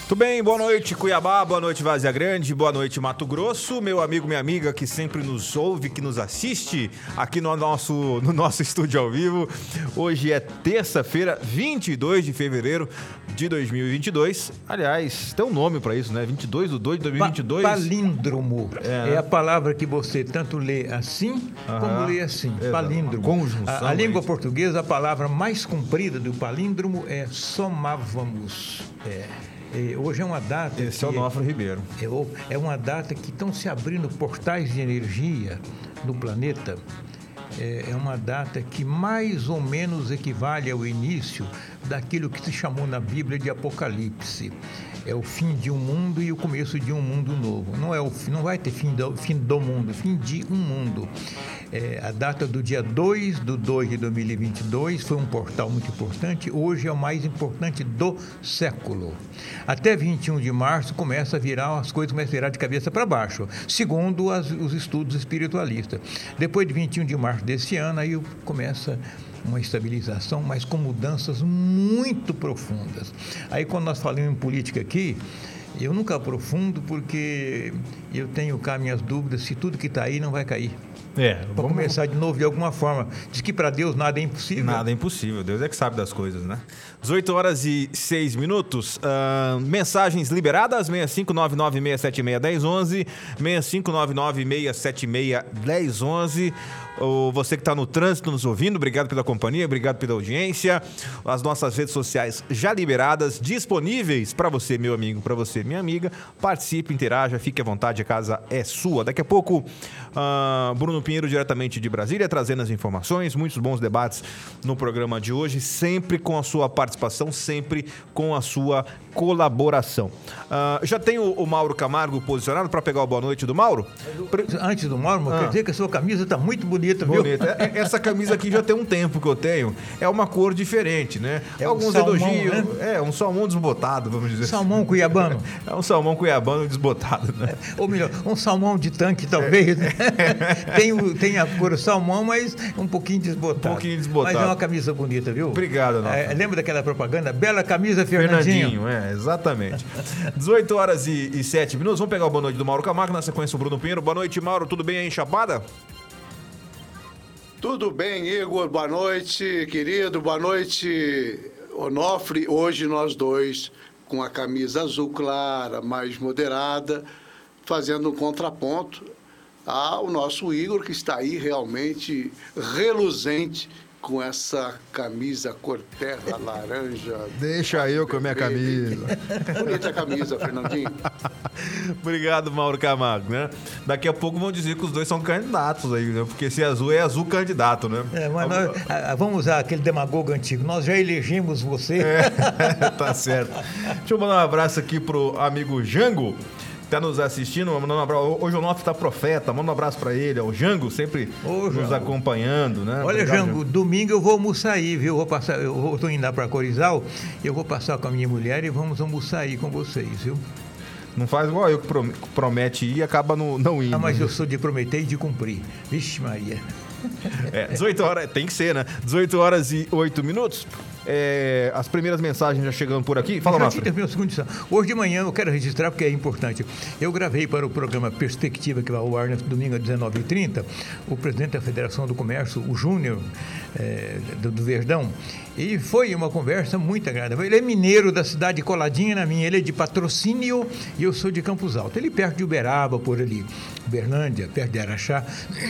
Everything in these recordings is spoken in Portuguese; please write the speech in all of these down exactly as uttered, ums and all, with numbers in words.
Tudo bem, boa noite Cuiabá, boa noite Várzea Grande, boa noite Mato Grosso, meu amigo, minha amiga que sempre nos ouve, que nos assiste aqui no nosso, no nosso estúdio ao vivo. Hoje é terça-feira, vinte e dois de fevereiro de dois mil e vinte e dois. Aliás, tem um nome pra isso, né? vinte e dois de dois de dois mil e vinte e dois. Pa palíndromo. É. é a palavra que você tanto lê assim, uh-huh. como lê assim. Exato. Palíndromo. Conjunção. A, a língua isso. portuguesa, a palavra mais comprida do palíndromo é somávamos. É. Hoje é uma data... Esse é o Onofre Ribeiro. É, é uma data que estão se abrindo portais de energia no planeta. É, é uma data que mais ou menos equivale ao início daquilo que se chamou na Bíblia de Apocalipse. É o fim de um mundo e o começo de um mundo novo. Não, é o, não vai ter fim do, fim do mundo, fim de um mundo. É, a data do dia dois de dois de dois mil e vinte e dois foi um portal muito importante. Hoje é o mais importante do século. Até vinte e um de março começa a virar, as coisas começam a virar de cabeça para baixo, segundo as, os estudos espiritualistas. Depois de vinte e um de março desse ano, aí começa uma estabilização, mas com mudanças muito profundas. Aí quando nós falamos em política aqui, eu nunca aprofundo porque eu tenho cá minhas dúvidas se tudo que está aí não vai cair. É, para vamos... começar de novo de alguma forma. Diz que para Deus nada é impossível. Nada é impossível, Deus é que sabe das coisas, né? dezoito horas e seis minutos, uh, mensagens liberadas, seis cinco nove nove seis sete seis um zero, seis cinco nove nove seis sete seis um zero. Ou você que está no trânsito nos ouvindo, obrigado pela companhia, obrigado pela audiência. As nossas redes sociais já liberadas, disponíveis para você, meu amigo, para você, minha amiga. Participe, interaja, fique à vontade, a casa é sua. Daqui a pouco, uh, Bruno Pinheiro, diretamente de Brasília, trazendo as informações, muitos bons debates no programa de hoje, sempre com a sua participação, sempre com a sua colaboração. Uh, já tem o, o Mauro Camargo posicionado para pegar o boa noite do Mauro? Antes do Mauro, ah. quer dizer que a sua camisa está muito bonita. Bonita, Bonita. Essa camisa aqui já tem um tempo que eu tenho. É uma cor diferente, né? É Alguns um salmão, elogios. Né? É, um salmão desbotado, vamos dizer. Salmão assim. Cuiabano. É um salmão cuiabano desbotado, né? É, ou melhor, um salmão de tanque, talvez. É. Né? tem, o, tem a cor salmão, mas um pouquinho desbotado. Um pouquinho desbotado. Mas é uma camisa bonita, viu? Obrigado, Nossa. É, lembra daquela propaganda? Bela camisa, Fernandinho. Fernandinho, é, exatamente. dezoito horas e sete minutos. Vamos pegar o boa noite do Mauro Camargo, na sequência o Bruno Pinheiro. Boa noite, Mauro. Tudo bem aí em Chapada? Tudo bem, Igor, boa noite, querido, boa noite, Onofre. Hoje nós dois com a camisa azul clara, mais moderada, fazendo um contraponto ao nosso Igor, que está aí realmente reluzente com essa camisa cor terra, laranja. Deixa eu com a minha camisa. Bonita a camisa, Fernandinho. Obrigado, Mauro Camargo, né? Daqui a pouco vão dizer que os dois são candidatos aí, né? Porque se azul é azul candidato, né? É, mas nós, vamos usar aquele demagogo antigo. Nós já elegemos você. É, tá certo. Deixa eu mandar um abraço aqui pro amigo Jango, está nos assistindo, mandando um abraço. Hoje o Onofre está profeta, manda um abraço para ele, o Jango sempre Ô, nos Jango. acompanhando, né? Olha, Obrigado, Jango, Jango, domingo eu vou almoçar aí, viu? Eu vou passar, eu estou indo lá para Corizal, eu vou passar com a minha mulher e vamos almoçar aí com vocês, viu? Não faz igual eu que promete ir e acaba no, não indo. Ah, mas eu sou de prometer e de cumprir. Vixe Maria. É, dezoito horas, tem que ser, né? dezoito horas e oito minutos. É, as primeiras mensagens já chegando por aqui. Fala, Márcio. Hoje de manhã eu quero registrar porque é importante. Eu gravei para o programa Perspectiva, que vai ao ar no domingo às dezenove e trinta, o presidente da Federação do Comércio, o Júnior, é, do, do Verdão, e foi uma conversa muito agradável. Ele é mineiro da cidade coladinha na minha, ele é de Patrocínio e eu sou de Campos Altos. Ele é perto de Uberaba, por ali, Berlândia, perto de Araxá.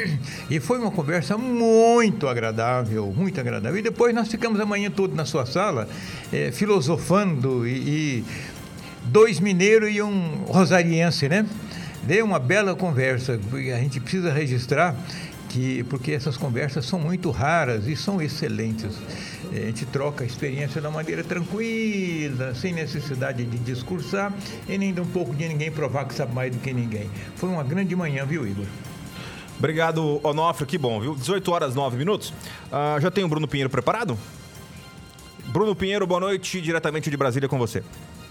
E foi uma conversa muito agradável, muito agradável. E depois nós ficamos a manhã toda na sua sala, é, filosofando, e, e dois mineiros e um rosariense, né? Deu uma bela conversa. A gente precisa registrar, que, porque essas conversas são muito raras e são excelentes. A gente troca a experiência de uma maneira tranquila, sem necessidade de discursar e nem de um pouco de ninguém provar que sabe mais do que ninguém. Foi uma grande manhã, viu, Igor? Obrigado, Onofre, que bom, viu? dezoito horas, nove minutos. Uh, já tem o Bruno Pinheiro preparado? Bruno Pinheiro, boa noite, diretamente de Brasília com você.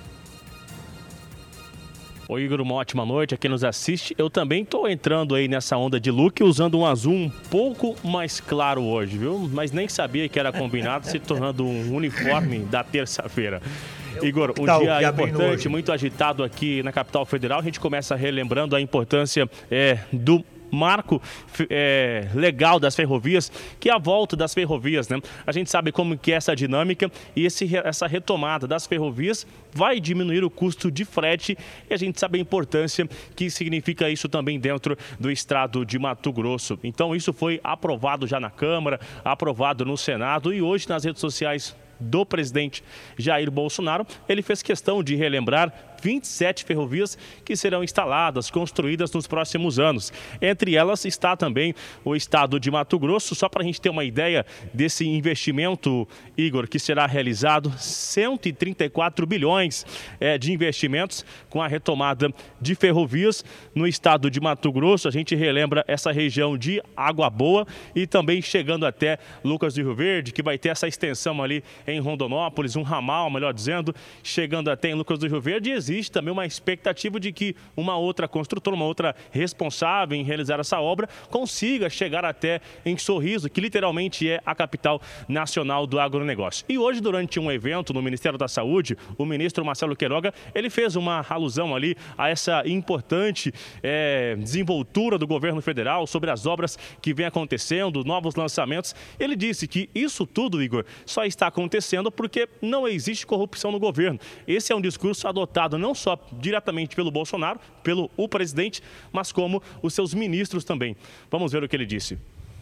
Oi, Igor, uma ótima noite a quem nos assiste. Eu também estou entrando aí nessa onda de look usando um azul um pouco mais claro hoje, viu? Mas nem sabia que era combinado, se tornando um uniforme da terça-feira. Igor, um dia importante, muito agitado aqui na capital federal. A gente começa relembrando a importância é, do marco é, legal das ferrovias, que é a volta das ferrovias, né? A gente sabe como que é essa dinâmica e esse, essa retomada das ferrovias vai diminuir o custo de frete e a gente sabe a importância que significa isso também dentro do estado de Mato Grosso. Então isso foi aprovado já na Câmara, aprovado no Senado e hoje nas redes sociais do presidente Jair Bolsonaro, ele fez questão de relembrar vinte e sete ferrovias que serão instaladas, construídas nos próximos anos. Entre elas está também o estado de Mato Grosso. Só para a gente ter uma ideia desse investimento, Igor, que será realizado, cento e trinta e quatro bilhões é, de investimentos com a retomada de ferrovias no estado de Mato Grosso. A gente relembra essa região de Água Boa e também chegando até Lucas do Rio Verde, que vai ter essa extensão ali em Rondonópolis, um ramal, melhor dizendo, chegando até em Lucas do Rio Verde. E existe também uma expectativa de que uma outra construtora, uma outra responsável em realizar essa obra, consiga chegar até em Sorriso, que literalmente é a capital nacional do agronegócio. E hoje, durante um evento no Ministério da Saúde, o ministro Marcelo Queiroga, ele fez uma alusão ali a essa importante é, desenvoltura do governo federal sobre as obras que vem acontecendo, novos lançamentos. Ele disse que isso tudo, Igor, só está acontecendo porque não existe corrupção no governo. Esse é um discurso adotado não só diretamente pelo Bolsonaro, pelo o presidente, mas como os seus ministros também. Vamos ver o que ele disse.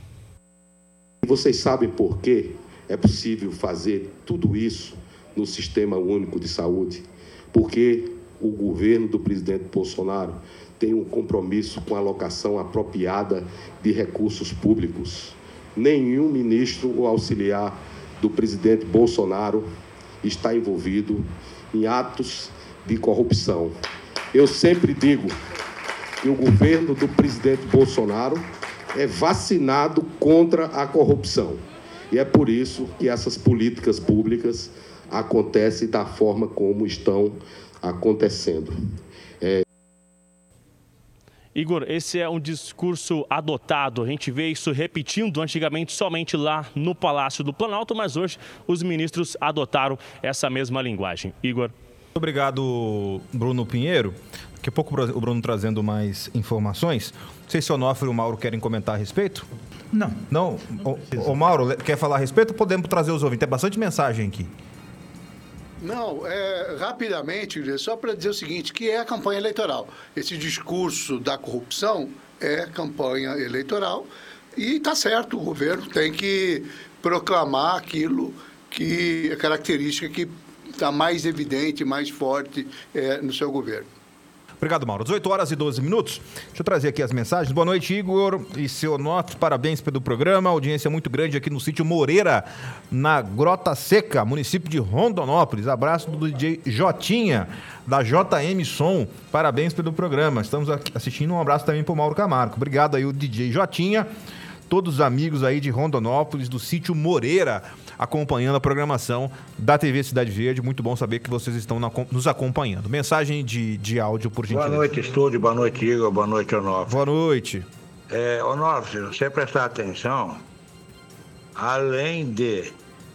Vocês sabem por que é possível fazer tudo isso no Sistema Único de Saúde? Porque o governo do presidente Bolsonaro tem um compromisso com a alocação apropriada de recursos públicos. Nenhum ministro ou auxiliar do presidente Bolsonaro está envolvido em atos de corrupção. Eu sempre digo que o governo do presidente Bolsonaro é vacinado contra a corrupção. E é por isso que essas políticas públicas acontecem da forma como estão acontecendo. É... Igor, esse é um discurso adotado. A gente vê isso repetindo antigamente somente lá no Palácio do Planalto, mas hoje os ministros adotaram essa mesma linguagem. Igor. Muito obrigado, Bruno Pinheiro. Daqui a pouco o Bruno trazendo mais informações. Não sei se o Onofre e o Mauro querem comentar a respeito. Não. Não? Não o, o Mauro, quer falar a respeito ou podemos trazer os ouvintes? Tem bastante mensagem aqui. Não, é, rapidamente, só para dizer o seguinte, que é a campanha eleitoral. Esse discurso da corrupção é campanha eleitoral e está certo, o governo tem que proclamar aquilo que é característica que está mais evidente, mais forte é, no seu governo. Obrigado, Mauro. dezoito horas e doze minutos. Deixa eu trazer aqui as mensagens. Boa noite, Igor e seu Onofre. Parabéns pelo programa. Audiência muito grande aqui no sítio Moreira, na Grota Seca, município de Rondonópolis. Abraço do D J Jotinha, da J M Som. Parabéns pelo programa. Estamos aqui assistindo. Um abraço também para o Mauro Camargo. Obrigado aí, o D J Jotinha. Todos os amigos aí de Rondonópolis, do sítio Moreira, acompanhando a programação da T V Cidade Verde. Muito bom saber que vocês estão na, nos acompanhando. Mensagem de, de áudio, por gentileza. Boa noite, estúdio. Boa noite, Igor. Boa noite, Onofre. Boa noite. É, Onofre, se você prestar atenção, além de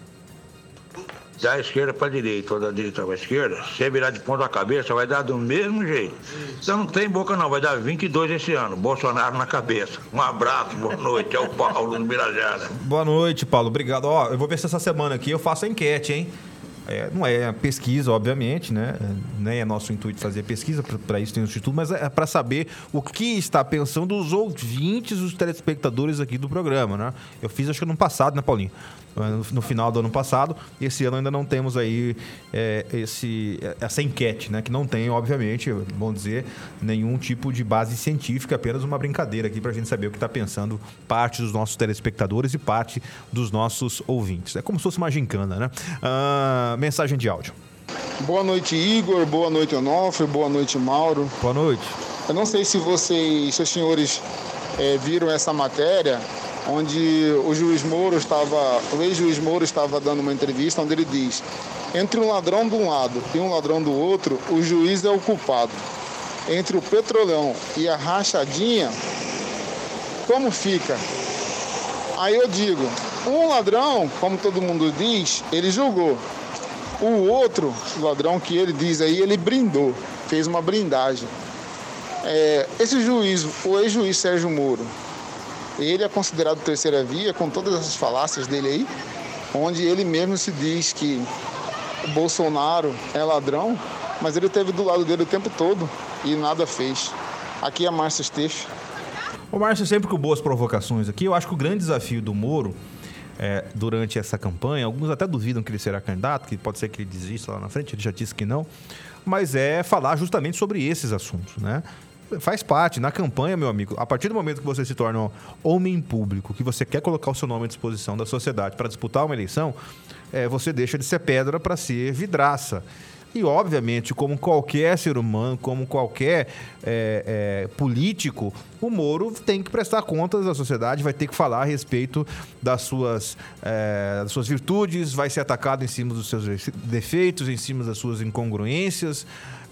da esquerda para a direita ou da direita para a esquerda, se você virar de ponta cabeça, vai dar do mesmo jeito. Então não tem boca não, vai dar vinte e dois esse ano. Bolsonaro na cabeça. Um abraço, boa noite. É o Paulo no Mirajara. Boa noite, Paulo. Obrigado. Ó, eu vou ver se essa semana aqui eu faço a enquete, hein? É, não é pesquisa, obviamente, né? Nem é nosso intuito fazer pesquisa, para isso tem o Instituto, mas é para saber o que está pensando os ouvintes, os telespectadores aqui do programa, né? Eu fiz, acho que no ano passado, né, Paulinho? No final do ano passado, e esse ano ainda não temos aí é, esse, essa enquete, né? Que não tem, obviamente, vamos dizer, nenhum tipo de base científica, apenas uma brincadeira aqui para a gente saber o que está pensando parte dos nossos telespectadores e parte dos nossos ouvintes. É como se fosse uma gincana, né? Ah, mensagem de áudio. Boa noite, Igor. Boa noite, Onofre. Boa noite, Mauro. Boa noite. Eu não sei se vocês, seus senhores, é, viram essa matéria, onde o juiz Moro estava, o ex-juiz Moro estava dando uma entrevista onde ele diz: entre um ladrão de um lado e um ladrão do outro, o juiz é o culpado. Entre o Petrolão e a rachadinha, como fica? Aí eu digo, um ladrão, como todo mundo diz, ele julgou. O outro ladrão que ele diz aí, ele brindou, fez uma brindagem. É, esse juiz, o ex-juiz Sérgio Moro, ele é considerado terceira via, com todas essas falácias dele aí, onde ele mesmo se diz que o Bolsonaro é ladrão, mas ele esteve do lado dele o tempo todo e nada fez. Aqui é a Márcia Steff. O Márcio sempre com boas provocações aqui. Eu acho que o grande desafio do Moro, é, durante essa campanha, alguns até duvidam que ele será candidato, que pode ser que ele desista lá na frente, ele já disse que não, mas é falar justamente sobre esses assuntos, né? Faz parte, na campanha, meu amigo, a partir do momento que você se torna um homem público, que você quer colocar o seu nome à disposição da sociedade para disputar uma eleição, é, você deixa de ser pedra para ser vidraça. E, obviamente, como qualquer ser humano, como qualquer é, é, político, o Moro tem que prestar contas à sociedade, vai ter que falar a respeito das suas, é, das suas virtudes, vai ser atacado em cima dos seus defeitos, em cima das suas incongruências.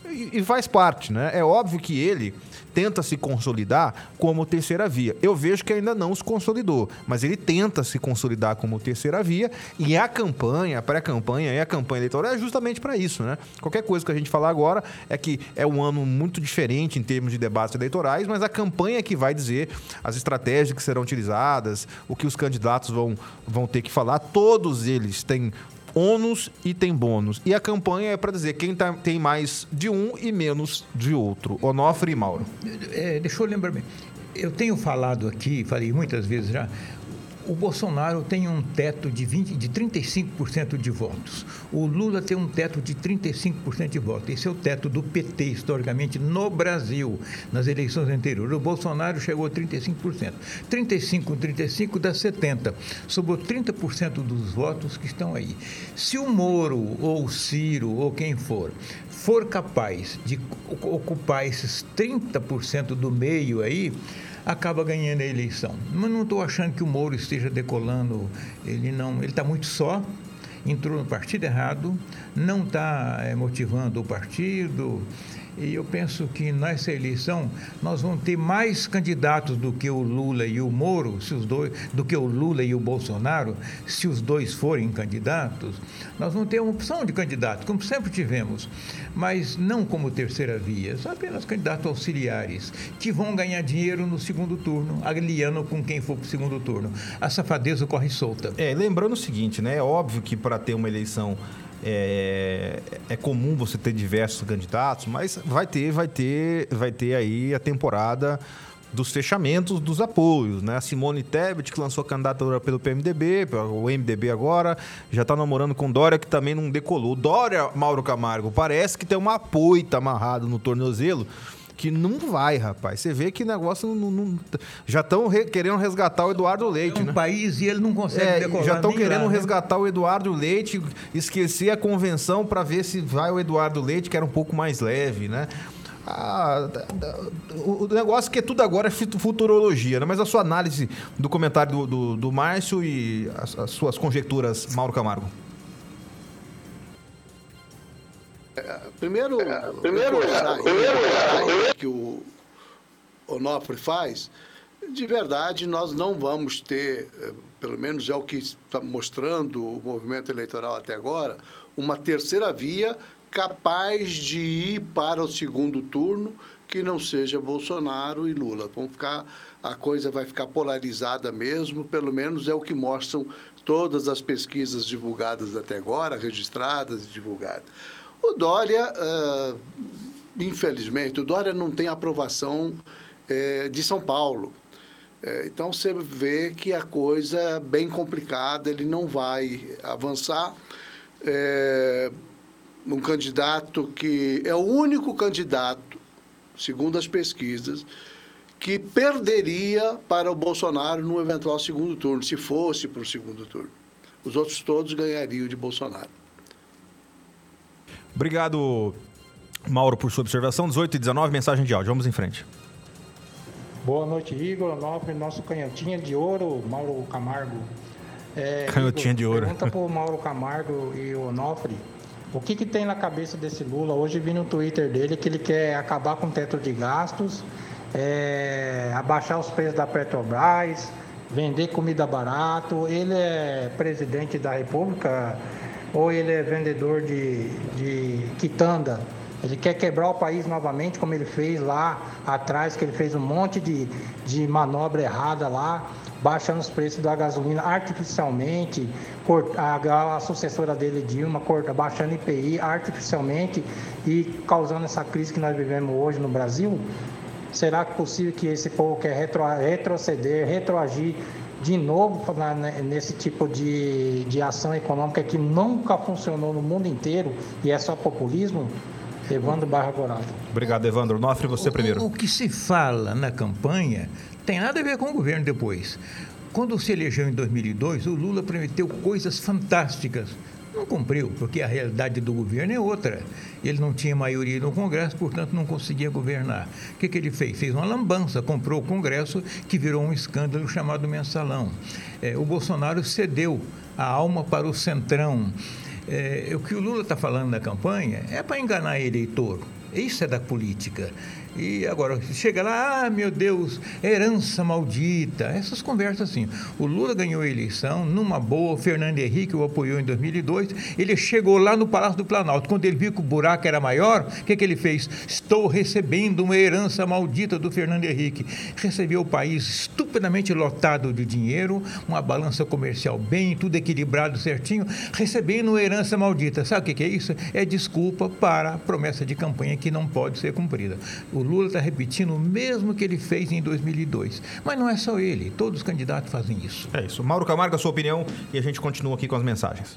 E faz parte, né? É óbvio que ele tenta se consolidar como terceira via. Eu vejo que ainda não se consolidou, mas ele tenta se consolidar como terceira via e a campanha, a pré-campanha e a campanha eleitoral é justamente para isso, né? Qualquer coisa que a gente falar agora é que é um ano muito diferente em termos de debates eleitorais, mas a campanha é que vai dizer as estratégias que serão utilizadas, o que os candidatos vão, vão ter que falar. Todos eles têm ônus e tem bônus. E a campanha é para dizer quem tá, tem mais de um e menos de outro. Onofre e Mauro. É, deixa eu lembrar bem. Eu tenho falado aqui, falei muitas vezes já, o Bolsonaro tem um teto de, vinte, de trinta e cinco por cento de votos. O Lula tem um teto de trinta e cinco por cento de votos. Esse é o teto do P T, historicamente, no Brasil, nas eleições anteriores. O Bolsonaro chegou a trinta e cinco por cento. trinta e cinco com trinta e cinco dá setenta. Sobrou trinta por cento dos votos que estão aí. Se o Moro, ou o Ciro, ou quem for, for capaz de ocupar esses trinta por cento do meio aí, acaba ganhando a eleição. Mas não estou achando que o Moro esteja decolando, ele não, ele está muito só, entrou no partido errado, não está é, motivando o partido. E eu penso que nessa eleição nós vamos ter mais candidatos do que o Lula e o Moro, se os dois, do que o Lula e o Bolsonaro, se os dois forem candidatos. Nós vamos ter uma opção de candidato, como sempre tivemos, mas não como terceira via, só apenas candidatos auxiliares, que vão ganhar dinheiro no segundo turno, aliando com quem for para o segundo turno. A safadeza corre solta. É, lembrando o seguinte, né? É óbvio que para ter uma eleição É, é comum você ter diversos candidatos, mas vai ter, vai ter, vai ter aí a temporada dos fechamentos dos apoios, né? A Simone Tebet, que lançou a candidatura pelo P M D B, o M D B agora, já está namorando com Dória, que também não decolou. Dória, Mauro Camargo, parece que tem uma apoita amarrado no tornozelo, que não vai, rapaz. Você vê que negócio não... não já estão re, querendo resgatar o Eduardo Leite, né? É um né? país e ele não consegue é, decolar. Já estão querendo lá, né? resgatar o Eduardo Leite, esquecer a convenção para ver se vai o Eduardo Leite, que era um pouco mais leve, né? Ah, o negócio que é tudo agora é futurologia, né? Mas a sua análise do comentário do, do, do Márcio e as, as suas conjecturas, Mauro Camargo. Primeiro, primeiro, primeiro que o Onofre faz, de verdade, nós não vamos ter, pelo menos é o que está mostrando o movimento eleitoral até agora, uma terceira via capaz de ir para o segundo turno que não seja Bolsonaro e Lula. Vão ficar, a coisa vai ficar polarizada mesmo, pelo menos é o que mostram todas as pesquisas divulgadas até agora, registradas e divulgadas. O Dória, uh, infelizmente, o Dória não tem aprovação eh, de São Paulo. Eh, então, você vê que a coisa é bem complicada, ele não vai avançar. É, um candidato que é o único candidato, segundo as pesquisas, que perderia para o Bolsonaro no eventual segundo turno, se fosse para o segundo turno. Os outros todos ganhariam de Bolsonaro. Obrigado, Mauro, por sua observação. dezoito e dezenove, mensagem de áudio. Vamos em frente. Boa noite, Igor, Onofre, nosso canhotinha de ouro, Mauro Camargo. É, canhotinha Igor, de ouro. Pergunta para o Mauro Camargo e o Onofre, o que, que tem na cabeça desse Lula? Hoje vi no Twitter dele que ele quer acabar com o teto de gastos, é, abaixar os preços da Petrobras, vender comida barato. Ele é presidente da República, ou ele é vendedor de, de quitanda. Ele quer quebrar o país novamente, como ele fez lá atrás, que ele fez um monte de, de manobra errada lá, baixando os preços da gasolina artificialmente, a, a sucessora dele, Dilma, baixando I P I artificialmente e causando essa crise que nós vivemos hoje no Brasil. Será que é possível que esse povo quer retro, retroceder, retroagir de novo na, nesse tipo de, de ação econômica que nunca funcionou no mundo inteiro e é só populismo? Evandro Barra Gorado. Obrigado, Evandro. Nofre, você primeiro. O, o que se fala na campanha tem nada a ver com o governo depois. Quando se elegeu em dois mil e dois, o Lula prometeu coisas fantásticas. Não cumpriu, porque a realidade do governo é outra. Ele não tinha maioria no Congresso, portanto não conseguia governar. O que, que ele fez? Fez uma lambança, comprou o Congresso, que virou um escândalo chamado mensalão. É, o Bolsonaro cedeu a alma para o Centrão. É, o que o Lula está falando na campanha é para enganar eleitor. Isso é da política. E agora, chega lá, ah, meu Deus, herança maldita, essas conversas assim. O Lula ganhou a eleição, numa boa, o Fernando Henrique o apoiou em dois mil e dois, ele chegou lá no Palácio do Planalto, quando ele viu que o buraco era maior, o que, que ele fez? Estou recebendo uma herança maldita do Fernando Henrique. Recebeu o país estupidamente lotado de dinheiro, uma balança comercial bem, tudo equilibrado certinho, recebendo uma herança maldita. Sabe o que, que é isso? É desculpa para a promessa de campanha que não pode ser cumprida. O Lula está repetindo o mesmo que ele fez em dois mil e dois. Mas não é só ele, todos os candidatos fazem isso. É isso. Mauro Camargo, a sua opinião, e a gente continua aqui com as mensagens.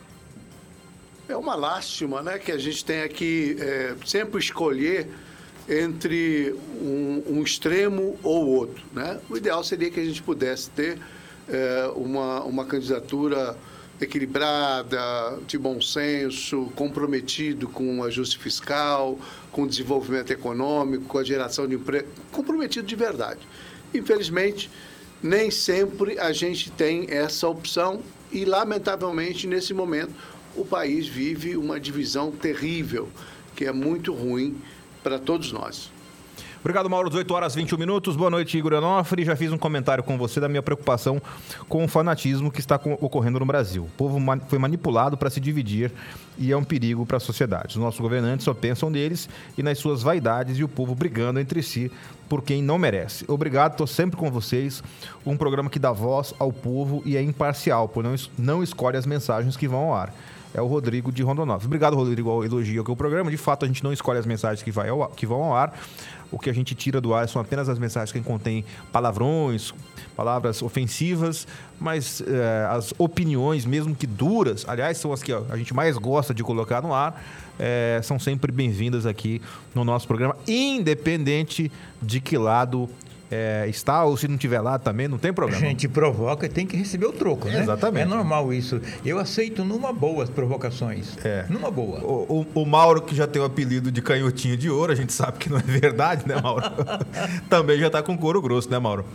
É uma lástima, né, que a gente tenha que é, sempre escolher entre um, um extremo ou outro, né? O ideal seria que a gente pudesse ter é, uma, uma candidatura equilibrada, de bom senso, comprometido com o ajuste fiscal, com o desenvolvimento econômico, com a geração de emprego, comprometido de verdade. Infelizmente, nem sempre a gente tem essa opção e, lamentavelmente, nesse momento, o país vive uma divisão terrível, que é muito ruim para todos nós. Obrigado, Mauro. dezoito horas e vinte e um minutos. Boa noite, Igor Onofre. Já fiz um comentário com você da minha preocupação com o fanatismo que está ocorrendo no Brasil. O povo foi manipulado para se dividir e é um perigo para a sociedade. Os nossos governantes só pensam neles e nas suas vaidades e o povo brigando entre si por quem não merece. Obrigado, estou sempre com vocês. Um programa que dá voz ao povo e é imparcial, pois não, não escolhe as mensagens que vão ao ar. É o Rodrigo de Rondonópolis. Obrigado, Rodrigo, ao elogio aqui o programa. De fato, a gente não escolhe as mensagens que, vai ao, que vão ao ar. O que a gente tira do ar são apenas as mensagens que contêm palavrões, palavras ofensivas, mas eh, as opiniões, mesmo que duras, aliás, são as que ó, a gente mais gosta de colocar no ar, eh, são sempre bem-vindas aqui no nosso programa, independente de que lado É, está, ou se não tiver lá também, não tem problema. A gente provoca e tem que receber o troco, né? Exatamente. É normal isso. Eu aceito numa boa as provocações. É. Numa boa. O, o, o Mauro, que já tem o apelido de canhotinho de ouro, a gente sabe que não é verdade, né, Mauro? Também já está com couro grosso, né, Mauro?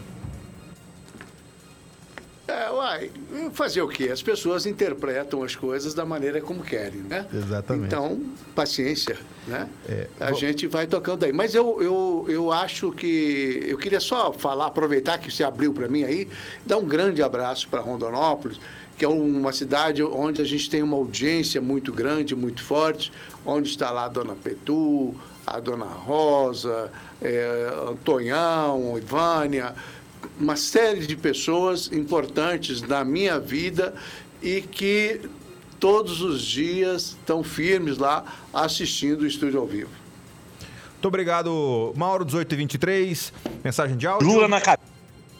É, uai, fazer o quê? As pessoas interpretam as coisas da maneira como querem, né? Exatamente. Então, paciência, né? É, a vou... gente vai tocando aí. Mas eu, eu, eu acho que... Eu queria só falar, aproveitar que você abriu para mim aí, dar um grande abraço para Rondonópolis, que é uma cidade onde a gente tem uma audiência muito grande, muito forte, onde está lá a dona Petu, a dona Rosa, é, Antonhão, Ivânia... uma série de pessoas importantes na minha vida e que todos os dias estão firmes lá assistindo o estúdio ao vivo. Muito obrigado, Mauro. dezoito e vinte e três, mensagem de áudio. Lula na cabeça.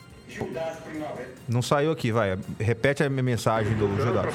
Não saiu aqui, vai. Repete a minha mensagem do Judas.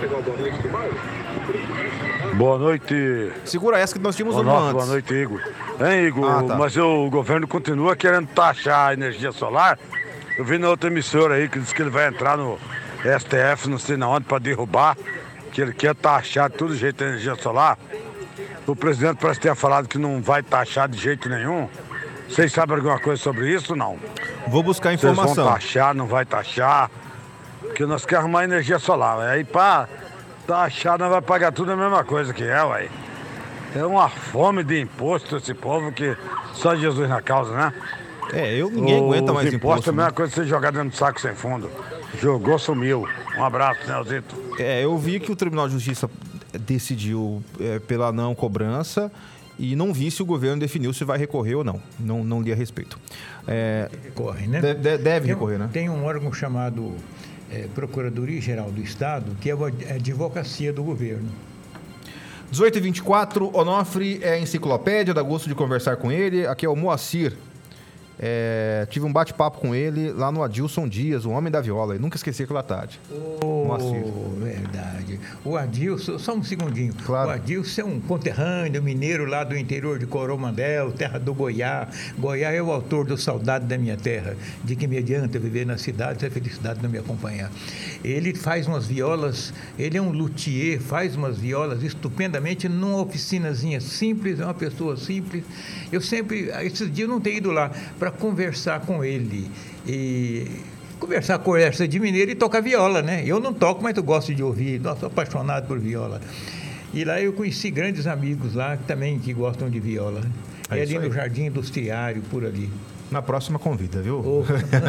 Boa noite. Segura essa que nós tínhamos uma antes. Boa noite, Igor. Hein, Igor? Ah, tá. Mas o governo continua querendo taxar a energia solar. Eu vi na outra emissora aí que diz que ele vai entrar no S T F, não sei na onde, para derrubar, que ele quer taxar de todo jeito a energia solar. O presidente parece ter falado que não vai taxar de jeito nenhum. Vocês sabem alguma coisa sobre isso ou não? Vou buscar informação. Vocês vão taxar, não vai taxar, porque nós queremos mais energia solar. Aí para taxar, nós vamos pagar tudo a mesma coisa que é, ué. É uma fome de imposto esse povo que só Jesus na causa, né? É, eu ninguém o, aguenta mais imposto. É a mesma coisa que você jogar dentro do saco sem fundo. Jogou, sumiu. Um abraço, Nelzito. É, eu vi que o Tribunal de Justiça decidiu é, pela não cobrança e não vi se o governo definiu se vai recorrer ou não. Não, não li a respeito. É, Recorre, né? De, de, deve tem, recorrer, né? Tem um órgão chamado é, Procuradoria-Geral do Estado, que é a advocacia do governo. dezoito e vinte e quatro, Onofre é enciclopédia, dá gosto de conversar com ele. Aqui é o Moacir. É, tive um bate-papo com ele lá no Adilson Dias, o homem da viola. E nunca esqueci aquela tarde. Oh, Moacir. Verdade. O Adilson, só um segundinho. Claro. O Adilson é um conterrâneo mineiro lá do interior de Coromandel, terra do Goiá. Goiá é o autor do Saudade da Minha Terra, de que me adianta viver na cidade se a felicidade não me acompanhar. Ele faz umas violas, ele é um luthier, faz umas violas estupendamente numa oficinazinha simples, é uma pessoa simples. Eu sempre, esses dias eu não tenho ido lá para conversar com ele e conversar com essa de mineiro e tocar viola, né? Eu não toco, mas eu gosto de ouvir, nossa, sou apaixonado por viola. E lá eu conheci grandes amigos lá também que gostam de viola, né? É, é ali no Jardim Industriário, por ali. Na próxima convida, viu? Oh.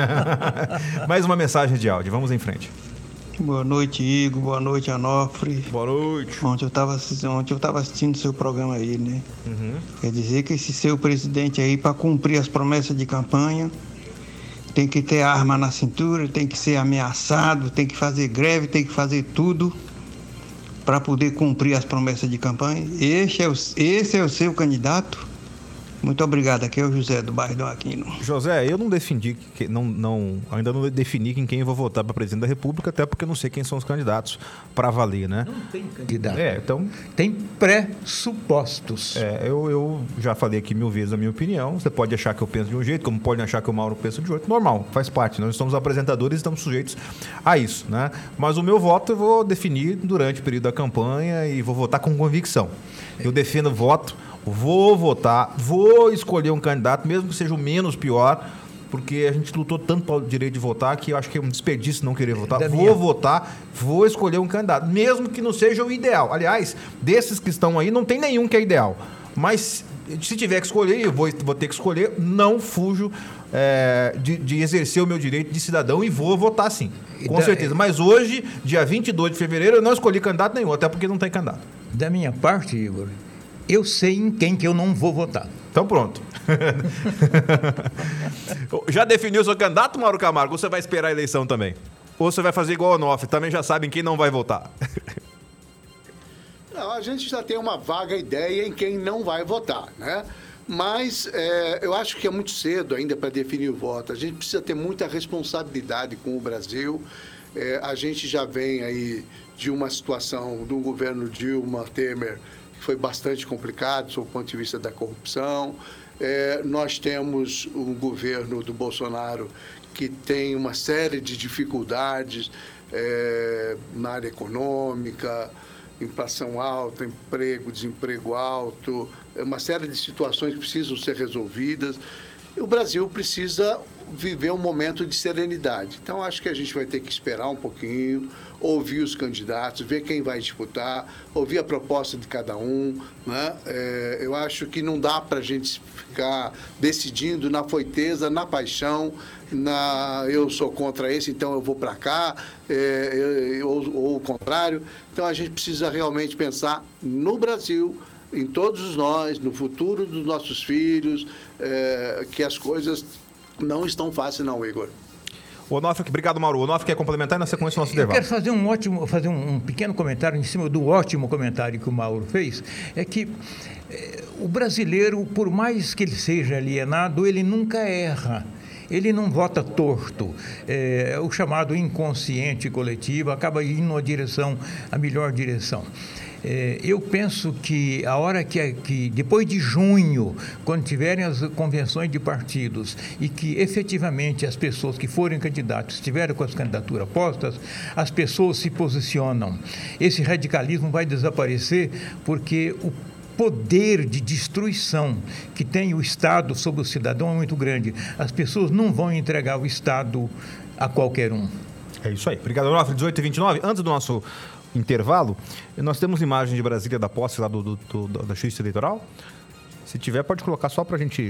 Mais uma mensagem de áudio, vamos em frente. Boa noite, Igor. Boa noite, Onofre. Boa noite. Ontem eu estava ontem eu tava assistindo o seu programa aí, né? Uhum. Quer dizer que esse seu presidente aí, para cumprir as promessas de campanha, tem que ter arma na cintura, tem que ser ameaçado, tem que fazer greve, tem que fazer tudo para poder cumprir as promessas de campanha. Esse é o, esse é o seu candidato? Muito obrigado. Aqui é o José, do bairro do Aquino. José, eu não defini, que, não, não, ainda não defini em quem eu vou votar para presidente da República, até porque eu não sei quem são os candidatos para valer, né? Não tem candidato. É, então... Tem pressupostos. É, eu, eu já falei aqui mil vezes a minha opinião. Você pode achar que eu penso de um jeito, como pode achar que o Mauro pensa de outro. Normal, faz parte. Nós somos apresentadores e estamos sujeitos a isso, né? Mas o meu voto eu vou definir durante o período da campanha e vou votar com convicção. Eu defendo voto... Vou votar, vou escolher um candidato, mesmo que seja o menos pior, porque a gente lutou tanto pelo direito de votar que eu acho que é um desperdício não querer votar. Da vou minha... votar, vou escolher um candidato, mesmo que não seja o ideal. Aliás, desses que estão aí, não tem nenhum que é ideal. Mas se tiver que escolher, eu vou, vou ter que escolher, não fujo é, de, de exercer o meu direito de cidadão e vou votar sim, com da... certeza. Mas hoje, dia vinte e dois de fevereiro, eu não escolhi candidato nenhum, até porque não tem candidato. Da minha parte, Igor... Eu sei em quem que eu não vou votar. Então pronto. Já definiu o seu candidato, Mauro Camargo? Ou você vai esperar a eleição também? Ou você vai fazer igual o Onofre, também já sabe em quem não vai votar? Não, a gente já tem uma vaga ideia em quem não vai votar, né? Mas é, eu acho que é muito cedo ainda para definir o voto. A gente precisa ter muita responsabilidade com o Brasil. É, a gente já vem aí de uma situação do governo Dilma Temer, foi bastante complicado, sob o ponto de vista da corrupção. É, nós temos um governo do Bolsonaro que tem uma série de dificuldades é, na área econômica, inflação alta, emprego, desemprego alto, uma série de situações que precisam ser resolvidas. E o Brasil precisa viver um momento de serenidade. Então, acho que a gente vai ter que esperar um pouquinho, ouvir os candidatos, ver quem vai disputar, ouvir a proposta de cada um, né? É, eu acho que não dá para a gente ficar decidindo na foiteza, na paixão, na eu sou contra esse, então eu vou para cá, é, eu, ou, ou o contrário. Então, a gente precisa realmente pensar no Brasil, em todos nós, no futuro dos nossos filhos, é, que as coisas não estão fáceis não, Igor. O Onofre, obrigado, Mauro. O Onofre quer complementar e na sequência o nosso debate. Eu quero fazer um ótimo, fazer um, um pequeno comentário em cima do ótimo comentário que o Mauro fez. É que é, o brasileiro, por mais que ele seja alienado, ele nunca erra. Ele não vota torto. É, o chamado inconsciente coletivo acaba indo na direção, a melhor direção. É, eu penso que a hora que, que, depois de junho, quando tiverem as convenções de partidos e que efetivamente as pessoas que forem candidatos estiverem com as candidaturas postas, as pessoas se posicionam. Esse radicalismo vai desaparecer porque o poder de destruição que tem o Estado sobre o cidadão é muito grande. As pessoas não vão entregar o Estado a qualquer um. É isso aí. Obrigado, Onofre. dezoito e vinte e nove. Antes do nosso intervalo, nós temos imagem de Brasília da posse lá do, do, do, da Justiça Eleitoral. Se tiver, pode colocar só para a gente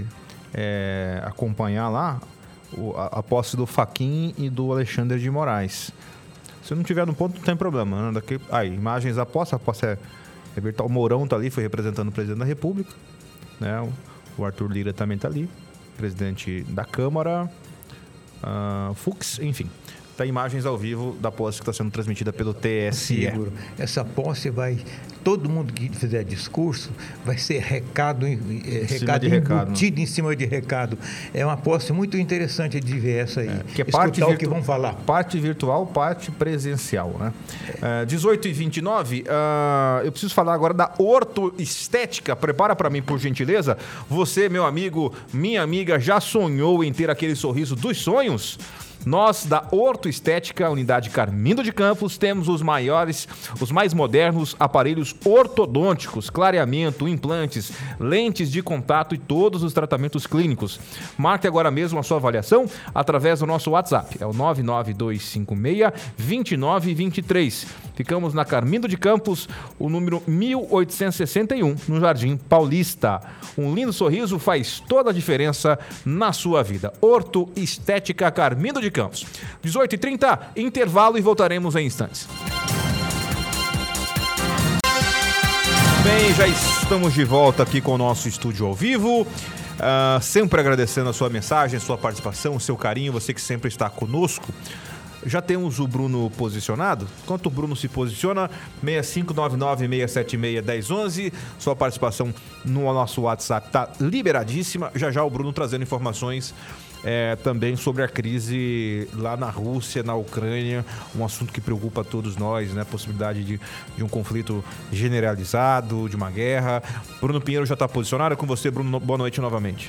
é, acompanhar lá o, a, a posse do Fachin e do Alexandre de Moraes. Se não tiver no ponto, não tem problema. Né? Daqui, aí, imagens da posse, a posse é É virtual. O Mourão está ali, foi representando o presidente da República, né? O Arthur Lira também está ali, presidente da Câmara, uh, Fux, enfim. Tem imagens ao vivo da posse que está sendo transmitida pelo T S E. Seguro. Essa posse vai... Todo mundo que fizer discurso vai ser recado, em, em recado embutido em cima de recado. É uma posse muito interessante de ver essa aí. É, que é parte virtu... o que vão falar. Parte virtual, parte presencial, né? É. Uh, dezoito e vinte e nove, uh, eu preciso falar agora da ortoestética. Prepara para mim, por gentileza. Você, meu amigo, minha amiga, já sonhou em ter aquele sorriso dos sonhos? Nós, da Ortoestética, Unidade Carmindo de Campos, temos os maiores, os mais modernos aparelhos ortodônticos, clareamento, implantes, lentes de contato e todos os tratamentos clínicos. Marque agora mesmo a sua avaliação através do nosso WhatsApp. É o nove nove dois cinco seis, dois nove dois três. Ficamos na Carmindo de Campos, o número mil oitocentos e sessenta e um, no Jardim Paulista. Um lindo sorriso faz toda a diferença na sua vida. Ortoestética Carmindo de Campos. dezoito e trinta, intervalo e voltaremos em instantes. Bem, já estamos de volta aqui com o nosso estúdio ao vivo. Uh, sempre agradecendo a sua mensagem, a sua participação, o seu carinho, você que sempre está conosco. Já temos o Bruno posicionado. Enquanto o Bruno se posiciona, seis cinco nove nove, seis sete seis, um zero um zero. Sua participação no nosso WhatsApp está liberadíssima. Já já o Bruno trazendo informações é, também sobre a crise lá na Rússia, na Ucrânia. Um assunto que preocupa todos nós, né? A possibilidade de, de um conflito generalizado, de uma guerra. Bruno Pinheiro já está posicionado. É com você, Bruno. Boa noite novamente.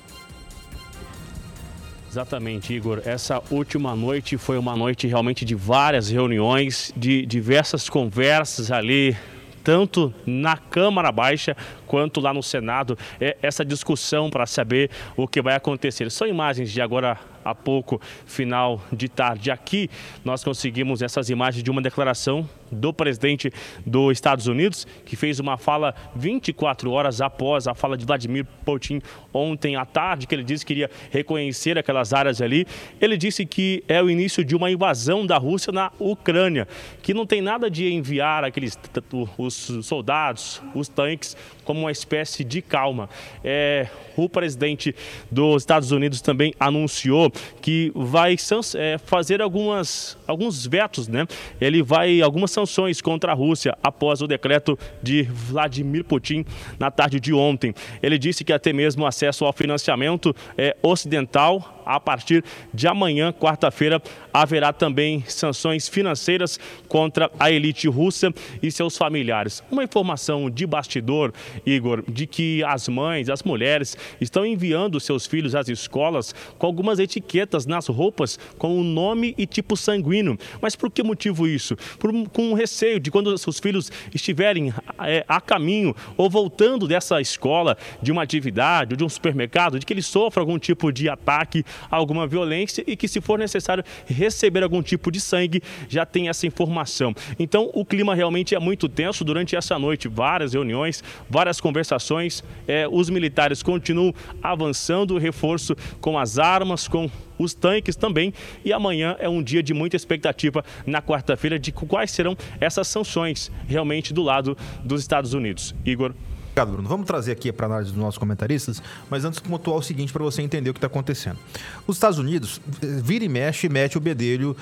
Exatamente, Igor. Essa última noite foi uma noite realmente de várias reuniões, de diversas conversas ali, tanto na Câmara Baixa quanto lá no Senado. É essa discussão para saber o que vai acontecer. São imagens de agora há pouco, final de tarde. Aqui nós conseguimos essas imagens de uma declaração do presidente dos Estados Unidos, que fez uma fala vinte e quatro horas após a fala de Vladimir Putin ontem à tarde, que ele disse que iria reconhecer aquelas áreas ali. Ele disse que é o início de uma invasão da Rússia na Ucrânia, que não tem nada de enviar aqueles os soldados, os tanques, como uma espécie de calma. É, o presidente dos Estados Unidos também anunciou que vai é, fazer algumas, alguns vetos, né? Ele vai algumas sanções contra a Rússia após o decreto de Vladimir Putin na tarde de ontem. Ele disse que até mesmo acesso ao financiamento é, ocidental. A partir de amanhã, quarta-feira, haverá também sanções financeiras contra a elite russa e seus familiares. Uma informação de bastidor, Igor, de que as mães, as mulheres, estão enviando seus filhos às escolas com algumas etiquetas nas roupas com o nome e tipo sanguíneo. Mas por que motivo isso? Por, com receio de quando seus filhos estiverem é, a caminho ou voltando dessa escola, de uma atividade ou de um supermercado, de que eles sofram algum tipo de ataque, alguma violência e que, se for necessário receber algum tipo de sangue, já tem essa informação. Então, o clima realmente é muito tenso durante essa noite. Várias reuniões, várias conversações. É, os militares continuam avançando, reforço com as armas, com os tanques também. E amanhã é um dia de muita expectativa, na quarta-feira, de quais serão essas sanções realmente do lado dos Estados Unidos. Igor. Obrigado, Bruno. Vamos trazer aqui para a análise dos nossos comentaristas, mas antes pontuar o seguinte para você entender o que está acontecendo. Os Estados Unidos vira e mexe, mete o bedelho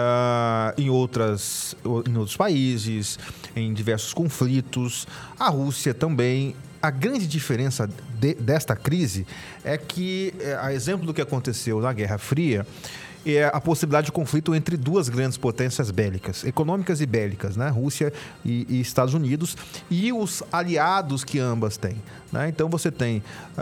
uh, em, outras, em outros países, em diversos conflitos. A Rússia também. A grande diferença de, desta crise é que, a exemplo do que aconteceu na Guerra Fria, é a possibilidade de conflito entre duas grandes potências bélicas, econômicas e bélicas, né? Rússia e, e Estados Unidos, e os aliados que ambas têm, né? Então você tem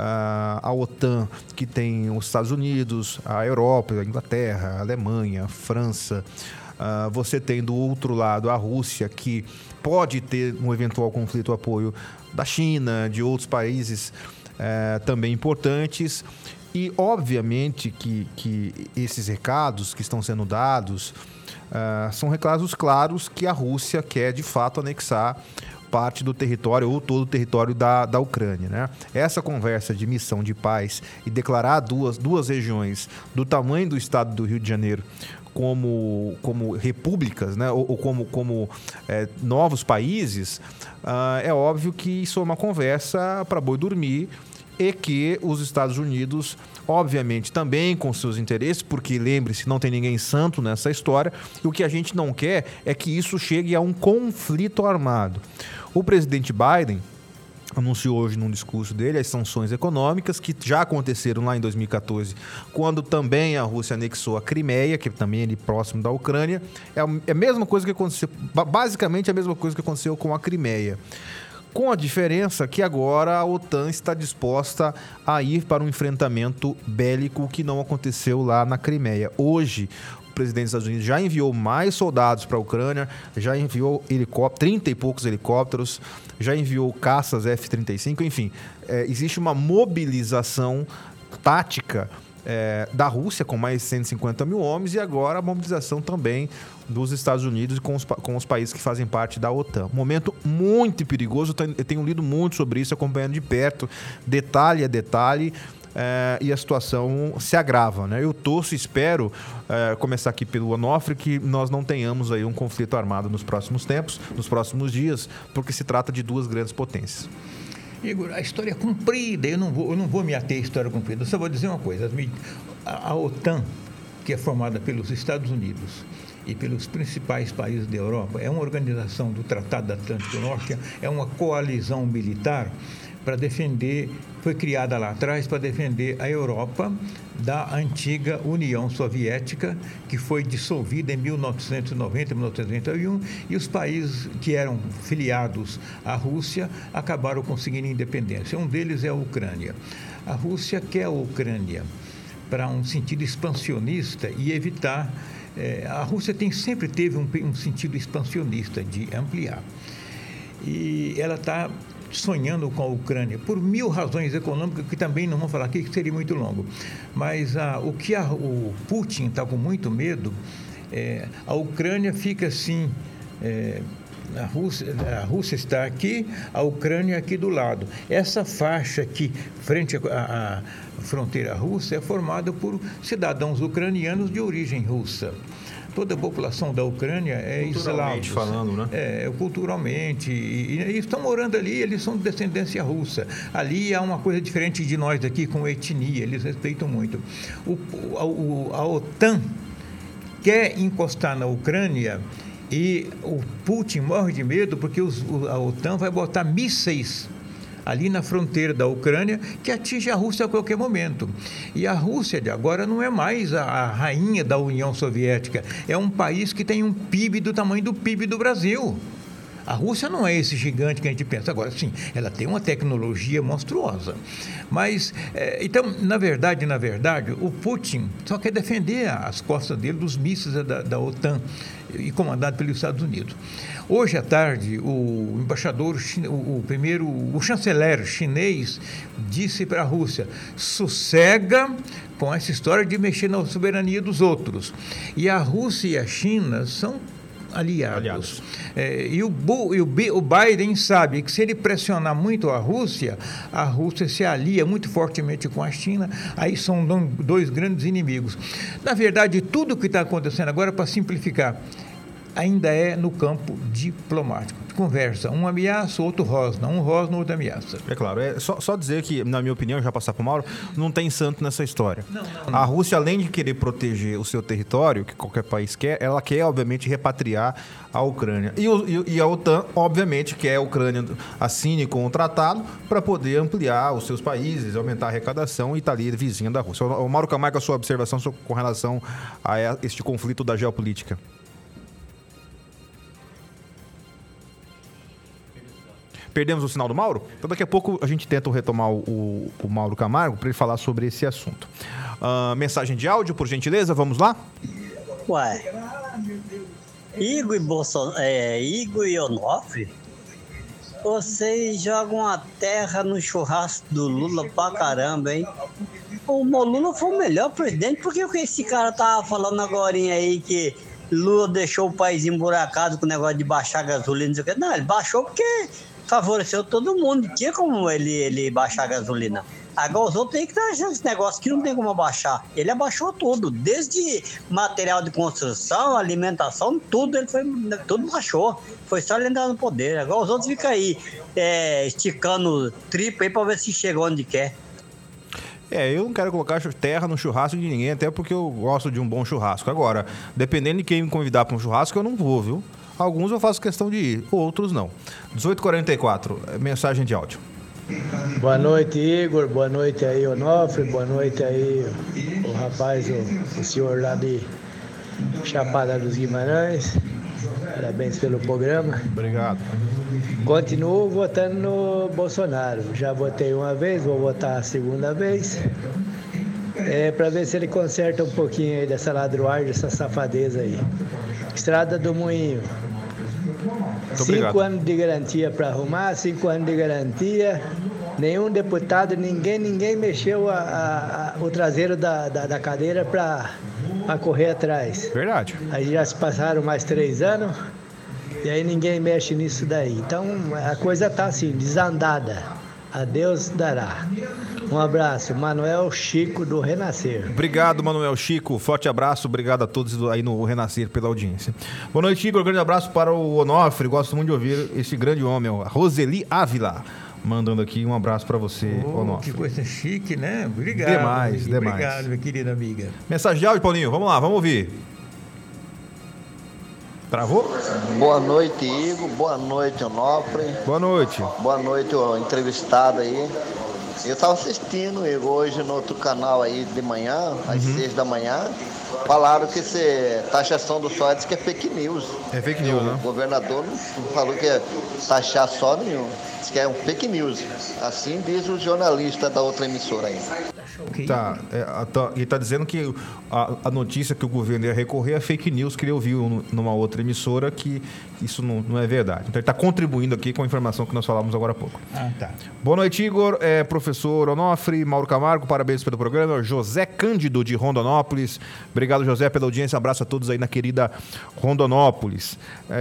uh, a OTAN, que tem os Estados Unidos, a Europa, a Inglaterra, a Alemanha, a França. Uh, você tem do outro lado a Rússia, que pode ter um eventual conflito, apoio da China, de outros países uh, também importantes. E, obviamente, que, que esses recados que estão sendo dados uh, são recados claros que a Rússia quer, de fato, anexar parte do território ou todo o território da, da Ucrânia, né? Essa conversa de missão de paz e declarar duas, duas regiões do tamanho do estado do Rio de Janeiro como, como repúblicas, né, ou, ou como, como é, novos países, uh, é óbvio que isso é uma conversa para boi dormir e que os Estados Unidos, obviamente, também com seus interesses, porque, lembre-se, não tem ninguém santo nessa história, e o que a gente não quer é que isso chegue a um conflito armado. O presidente Biden anunciou hoje num discurso dele as sanções econômicas que já aconteceram lá em dois mil e catorze, quando também a Rússia anexou a Crimeia, que também é ali próximo da Ucrânia. É a mesma coisa que aconteceu, basicamente a mesma coisa que aconteceu com a Crimeia. Com a diferença que agora a OTAN está disposta a ir para um enfrentamento bélico que não aconteceu lá na Crimeia. Hoje, o presidente dos Estados Unidos já enviou mais soldados para a Ucrânia, já enviou helicópteros, trinta e poucos helicópteros, já enviou caças F trinta e cinco, enfim, é, existe uma mobilização tática é, da Rússia com mais de cento e cinquenta mil homens e agora a mobilização também dos Estados Unidos e com os, com os países que fazem parte da OTAN. Momento muito perigoso, eu tenho lido muito sobre isso, acompanhando de perto, detalhe a detalhe. É, e a situação se agrava, né? Eu torço e espero, é, começar aqui pelo Onofre, que nós não tenhamos aí um conflito armado nos próximos tempos, nos próximos dias, porque se trata de duas grandes potências. Igor, a história é comprida, eu não vou, eu não vou me ater à história comprida, eu só vou dizer uma coisa, a, a OTAN, que é formada pelos Estados Unidos e pelos principais países da Europa, é uma organização do Tratado Atlântico Norte, é uma coalizão militar para defender, foi criada lá atrás para defender a Europa da antiga União Soviética, que foi dissolvida em mil novecentos e noventa, mil novecentos e noventa e um, e os países que eram filiados à Rússia acabaram conseguindo independência. Um deles é a Ucrânia. A Rússia quer a Ucrânia para um sentido expansionista e evitar... É, a Rússia tem, sempre teve um, um sentido expansionista de ampliar. E ela está sonhando com a Ucrânia, por mil razões econômicas, que também não vou falar aqui, que seria muito longo. Mas ah, o que a, o Putin está com muito medo, é, a Ucrânia fica assim, é, a, Rússia, a Rússia está aqui, a Ucrânia aqui do lado. Essa faixa aqui, frente à fronteira russa, é formada por cidadãos ucranianos de origem russa. Toda a população da Ucrânia é eslava. Culturalmente falando, né? É, culturalmente. E, e estão morando ali, eles são de descendência russa. Ali há uma coisa diferente de nós aqui, com etnia, eles respeitam muito. O, a, a OTAN quer encostar na Ucrânia e o Putin morre de medo porque os, a OTAN vai botar mísseis ali na fronteira da Ucrânia, que atinge a Rússia a qualquer momento. E a Rússia de agora não é mais a, a rainha da União Soviética, é um país que tem um P I B do tamanho do P I B do Brasil. A Rússia não é esse gigante que a gente pensa. Agora, sim, ela tem uma tecnologia monstruosa. Mas, é, então, na verdade, na verdade, o Putin só quer defender as costas dele dos mísseis da, da OTAN, e comandado pelos Estados Unidos. Hoje à tarde, o embaixador, o, o primeiro, o chanceler chinês disse para a Rússia: sossega com essa história de mexer na soberania dos outros. E a Rússia e a China são aliados. aliados. É, e o, e o, o Biden sabe que se ele pressionar muito a Rússia, a Rússia se alia muito fortemente com a China, aí são dois grandes inimigos. Na verdade, tudo o que está acontecendo agora, para simplificar, ainda é no campo diplomático. Conversa, um ameaça, outro rosna, um rosna, outro ameaça. É claro, é só, só dizer que, na minha opinião, já passar para o Mauro, não tem santo nessa história. Não, não, não. A Rússia, além de querer proteger o seu território, que qualquer país quer, ela quer, obviamente, repatriar a Ucrânia. E, o, e a OTAN, obviamente, quer a Ucrânia assine com o tratado para poder ampliar os seus países, aumentar a arrecadação e está ali vizinha da Rússia. O Mauro Camargo, a sua observação com relação a este conflito da geopolítica. Perdemos o sinal do Mauro? Então daqui a pouco a gente tenta retomar o, o Mauro Camargo para ele falar sobre esse assunto. Uh, mensagem de áudio, por gentileza, vamos lá? Ué, Igor e, Bolson... é, Igor e Onofre, vocês jogam a terra no churrasco do Lula pra caramba, hein? O Lula foi o melhor presidente, porque o que esse cara tava falando agora aí que Lula deixou o país emburacado com o negócio de baixar a gasolina, não sei o que. Não, ele baixou porque favoreceu todo mundo. Não tinha como ele, ele baixar a gasolina. Agora os outros têm que estar achando esse negócio que não tem como abaixar. Ele abaixou tudo, desde material de construção, alimentação, tudo, ele foi, tudo baixou. Foi só ele entrar no poder. Agora os outros ficam aí é, esticando tripa aí para ver se chega onde quer. É, eu não quero colocar terra no churrasco de ninguém, até porque eu gosto de um bom churrasco. Agora, dependendo de quem me convidar para um churrasco, eu não vou, viu? Alguns eu faço questão de ir, outros não. dezoito e quarenta e quatro, mensagem de áudio. Boa noite, Igor. Boa noite aí, Onofre. Boa noite aí, o rapaz, o, o senhor lá de Chapada dos Guimarães. Parabéns pelo programa. Obrigado. Continuo votando no Bolsonaro. Já votei uma vez, vou votar a segunda vez. É, para ver se ele conserta um pouquinho aí dessa ladroagem, dessa safadeza aí. Estrada do Moinho. Muito cinco obrigado. anos de garantia para arrumar, cinco anos de garantia. Nenhum deputado, ninguém, ninguém mexeu a, a, a, o traseiro da, da, da cadeira para correr atrás. Verdade. Aí já se passaram mais três anos e aí ninguém mexe nisso daí. Então a coisa tá assim, desandada. A Deus dará. Um abraço, Manuel Chico do Renascer. Obrigado, Manuel Chico. Forte abraço. Obrigado a todos aí no Renascer pela audiência. Boa noite, Igor. Grande abraço para o Onofre. Gosto muito de ouvir esse grande homem, a Roseli Ávila. Mandando aqui um abraço para você, oh, Onofre. Que coisa chique, né? Obrigado. Demais, amigo. demais. Obrigado, minha querida amiga. Mensagem de áudio, Paulinho. Vamos lá, vamos ouvir. Travou? Boa noite, Igor. Boa noite, Onofre. Boa noite. Boa noite, o entrevistado aí. Eu estava assistindo, Igor, hoje no outro canal aí de manhã, às uhum. seis da manhã. Falaram que essa taxação do soja diz que é fake news. É fake news, né? O governador não falou que é taxar só nenhum. Diz que é um fake news. Assim diz o jornalista da outra emissora aí. Tá, é, tá, ele está dizendo que a, a notícia que o governo ia recorrer é fake news que ele ouviu numa outra emissora, que isso não, não é verdade. Então ele está contribuindo aqui com a informação que nós falamos agora há pouco. Ah, tá. Boa noite, Igor. É, professor Onofre, Mauro Camargo, parabéns pelo programa. José Cândido, de Rondonópolis. Obrigado, José, pela audiência. Abraço a todos aí na querida Rondonópolis.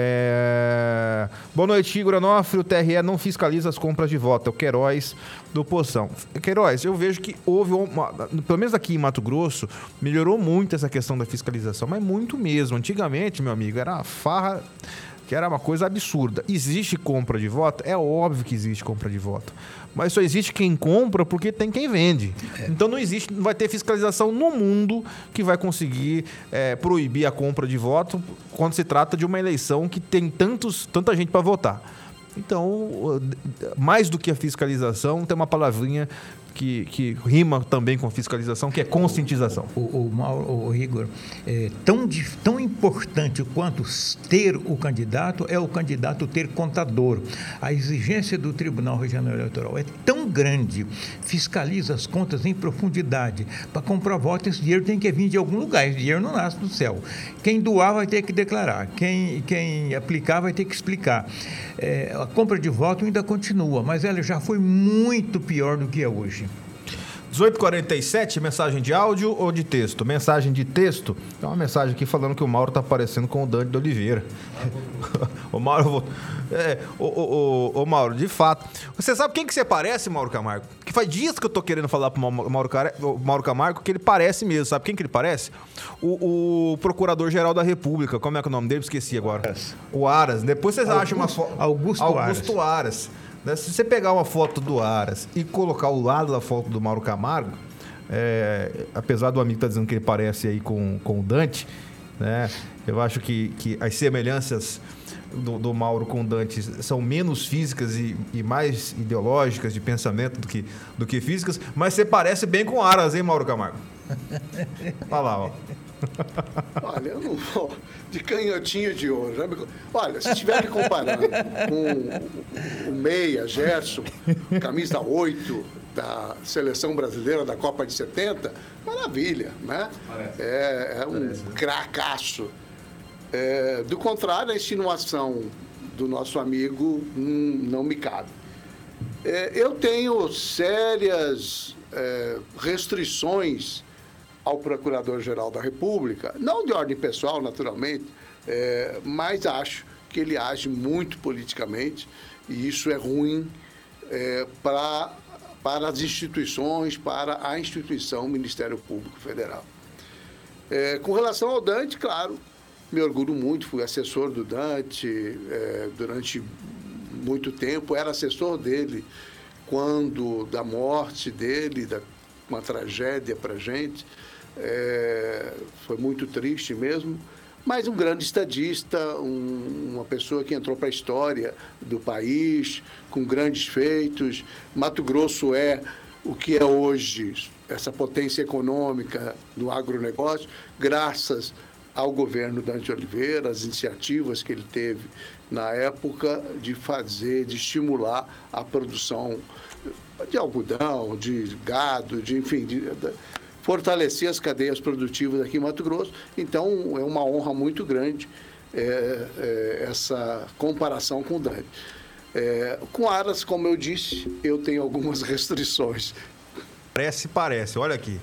É... Boa noite, Igor Onofre. O T R E não fiscaliza as compras de voto. É o Queiroz do Poção. Queiroz, eu vejo que houve, uma, pelo menos aqui em Mato Grosso, melhorou muito essa questão da fiscalização, mas muito mesmo. Antigamente, meu amigo, era uma farra que era uma coisa absurda. Existe compra de voto? É óbvio que existe compra de voto. Mas só existe quem compra porque tem quem vende. É. Então não existe, não vai ter fiscalização no mundo que vai conseguir é, proibir a compra de voto quando se trata de uma eleição que tem tantos, tanta gente para votar. Então, mais do que a fiscalização, tem uma palavrinha que, que rima também com fiscalização, que é conscientização. O, o, o, Mauro, o Igor, é, tão, tão importante quanto ter o candidato é o candidato ter contador. A exigência do Tribunal Regional Eleitoral é tão grande, fiscaliza as contas em profundidade. Para comprar voto, esse dinheiro tem que vir de algum lugar, esse dinheiro não nasce do céu. Quem doar vai ter que declarar, quem, quem aplicar vai ter que explicar. É, a compra de voto ainda continua, mas ela já foi muito pior do que é hoje. dezoito e quarenta e sete, mensagem de áudio ou de texto? Mensagem de texto. Tem uma mensagem aqui falando que o Mauro tá parecendo com o Dante de Oliveira. O Mauro, vou... é, o, o, o, o Mauro, de fato. Você sabe quem que você parece, Mauro Camargo? Que faz dias que eu tô querendo falar pro Mauro, Mauro, Mauro Camargo que ele parece mesmo. Sabe quem que ele parece? O, o Procurador-Geral da República. Como é que é o nome dele? Esqueci agora. O Aras. Depois vocês Augusto, acham uma foto. Augusto, Augusto Aras. Aras. Se você pegar uma foto do Aras e colocar ao lado da foto do Mauro Camargo, é, apesar do amigo estar tá dizendo que ele parece aí com, com o Dante, né, eu acho que, que as semelhanças do, do Mauro com o Dante são menos físicas e, e mais ideológicas de pensamento do que, do que físicas, mas você parece bem com o Aras, hein, Mauro Camargo? Olha lá, ó. Olha, eu não vou de canhotinho de ouro. Olha, se estiver me comparando com o Meia, Gerson, camisa oito da seleção brasileira da Copa de setenta, maravilha, né? É, é um cracaço. É, do contrário, a insinuação do nosso amigo hum, não me cabe. É, eu tenho sérias é, restrições ao Procurador-Geral da República, não de ordem pessoal, naturalmente, é, mas acho que ele age muito politicamente E isso é ruim é, pra, para as instituições, para a instituição Ministério Público Federal. É, com relação ao Dante, claro, me orgulho muito, fui assessor do Dante é, durante muito tempo, era assessor dele quando da morte dele, da, uma tragédia para a gente, é, foi muito triste mesmo, mas um grande estadista, um, uma pessoa que entrou para a história do país, com grandes feitos. Mato Grosso é o que é hoje, essa potência econômica do agronegócio, graças ao governo Dante Oliveira, as iniciativas que ele teve na época de fazer, de estimular a produção de algodão, de gado, de, enfim, de, de fortalecer as cadeias produtivas aqui em Mato Grosso. Então, é uma honra muito grande é, é, essa comparação com o Dante. É, com Aras, como eu disse, eu tenho algumas restrições. Parece, parece. Olha aqui.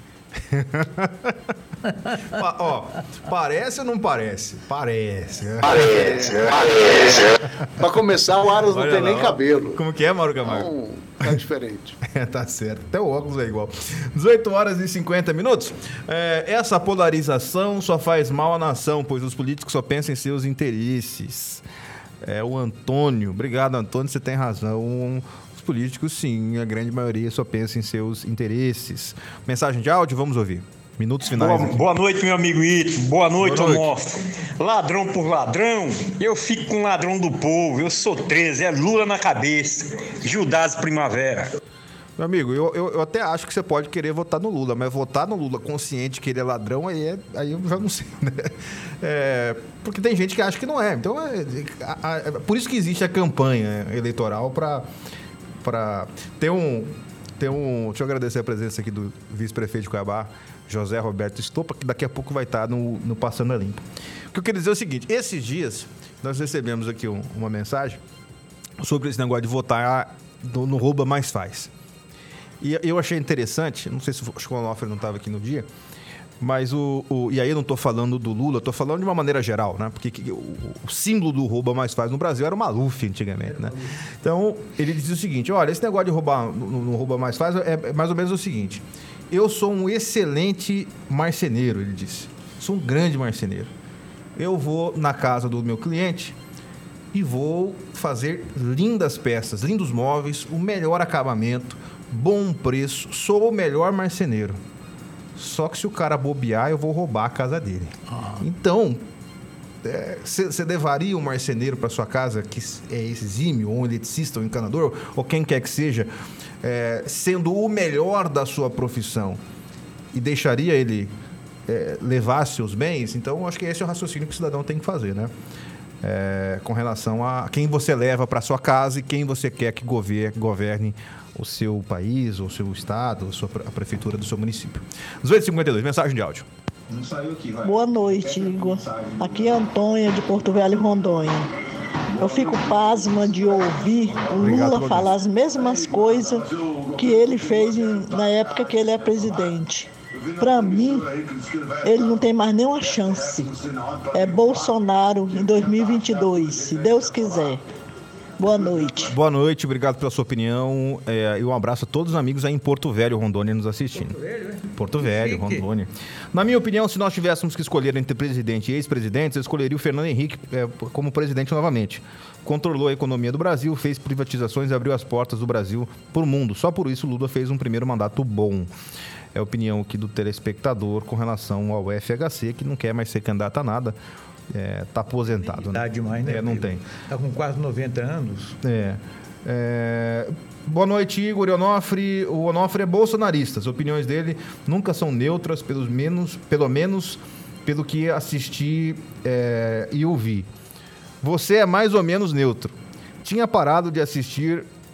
Ó, parece ou não parece? Parece. Parece, parece. Para começar, o Aras não Olha tem lá, nem ó. cabelo. Como que é, Mauro Camargo? Não, tá diferente. É, tá certo. Até o óculos é igual. dezoito horas e cinquenta minutos. É, essa polarização só faz mal à nação, pois os políticos só pensam em seus interesses. É o Antônio. Obrigado, Antônio, você tem razão. Os políticos, sim, a grande maioria só pensa em seus interesses. Mensagem de áudio, vamos ouvir. Minutos finais. Boa, boa noite, meu amigo Ito. Boa noite, Onofre. Ladrão por ladrão, eu fico com o ladrão do povo. Eu sou treze, é Lula na cabeça. Judas Primavera. Meu amigo, eu, eu, eu até acho que você pode querer votar no Lula, mas votar no Lula consciente que ele é ladrão, aí, é, aí eu já não sei, né? É, porque tem gente que acha que não é. Então, é, a, a, por isso que existe a campanha eleitoral para... para ter um, ter um... Deixa eu agradecer a presença aqui do vice-prefeito de Cuiabá, José Roberto Estopa, que daqui a pouco vai estar no, no Passando a Limpo. O que eu queria dizer é o seguinte, esses dias nós recebemos aqui um, uma mensagem sobre esse negócio de votar no, no Rouba Mais Faz. E eu achei interessante, não sei se o Onofre não estava aqui no dia, mas o, o... E aí eu não estou falando do Lula, estou falando de uma maneira geral, né? Porque que, o, o símbolo do Rouba Mais Faz no Brasil era o Maluf antigamente, né? Então, ele dizia o seguinte, olha, esse negócio de roubar no, no Rouba Mais Faz é, é mais ou menos o seguinte... Eu sou um excelente marceneiro, ele disse. Sou um grande marceneiro. Eu vou na casa do meu cliente e vou fazer lindas peças, lindos móveis, o melhor acabamento, bom preço. Sou o melhor marceneiro. Só que se o cara bobear, eu vou roubar a casa dele. Ah. Então, você é, levaria um marceneiro para sua casa, que é exímio, ou um eletricista, ou um encanador, ou quem quer que seja... É, sendo o melhor da sua profissão e deixaria ele é, levar seus bens? Então, acho que esse é o raciocínio que o cidadão tem que fazer, né? É, com relação a quem você leva para sua casa e quem você quer que governe, governe o seu país, o seu estado, a, sua, a prefeitura do seu município. dezoito e cinquenta e dois, mensagem de áudio. Boa noite, Igor. Aqui é a Antônia, de Porto Velho, Rondônia. Eu fico pasma de ouvir o Lula falar as mesmas coisas que ele fez na época que ele é presidente. Para mim, ele não tem mais nenhuma chance. É Bolsonaro em dois mil e vinte e dois, se Deus quiser. Boa noite. Boa noite, obrigado pela sua opinião. É, e um abraço a todos os amigos aí em Porto Velho, Rondônia, nos assistindo. Porto Velho, é? Porto Velho, Rondônia. Na minha opinião, se nós tivéssemos que escolher entre presidente e ex-presidente, eu escolheria o Fernando Henrique é, como presidente novamente. Controlou a economia do Brasil, fez privatizações e abriu as portas do Brasil para o mundo. Só por isso, Lula fez um primeiro mandato bom. É a opinião aqui do telespectador com relação ao F H C, que não quer mais ser candidato a nada. É, tá aposentado, né? Demais, né? É, não tem. Tá com quase noventa anos. É. é... Boa noite, Igor e Onofre. O Onofre é bolsonarista. As opiniões dele nunca são neutras, pelo menos, pelo menos pelo que assisti é, e ouvi. Você é mais ou menos neutro. Tinha parado de assistir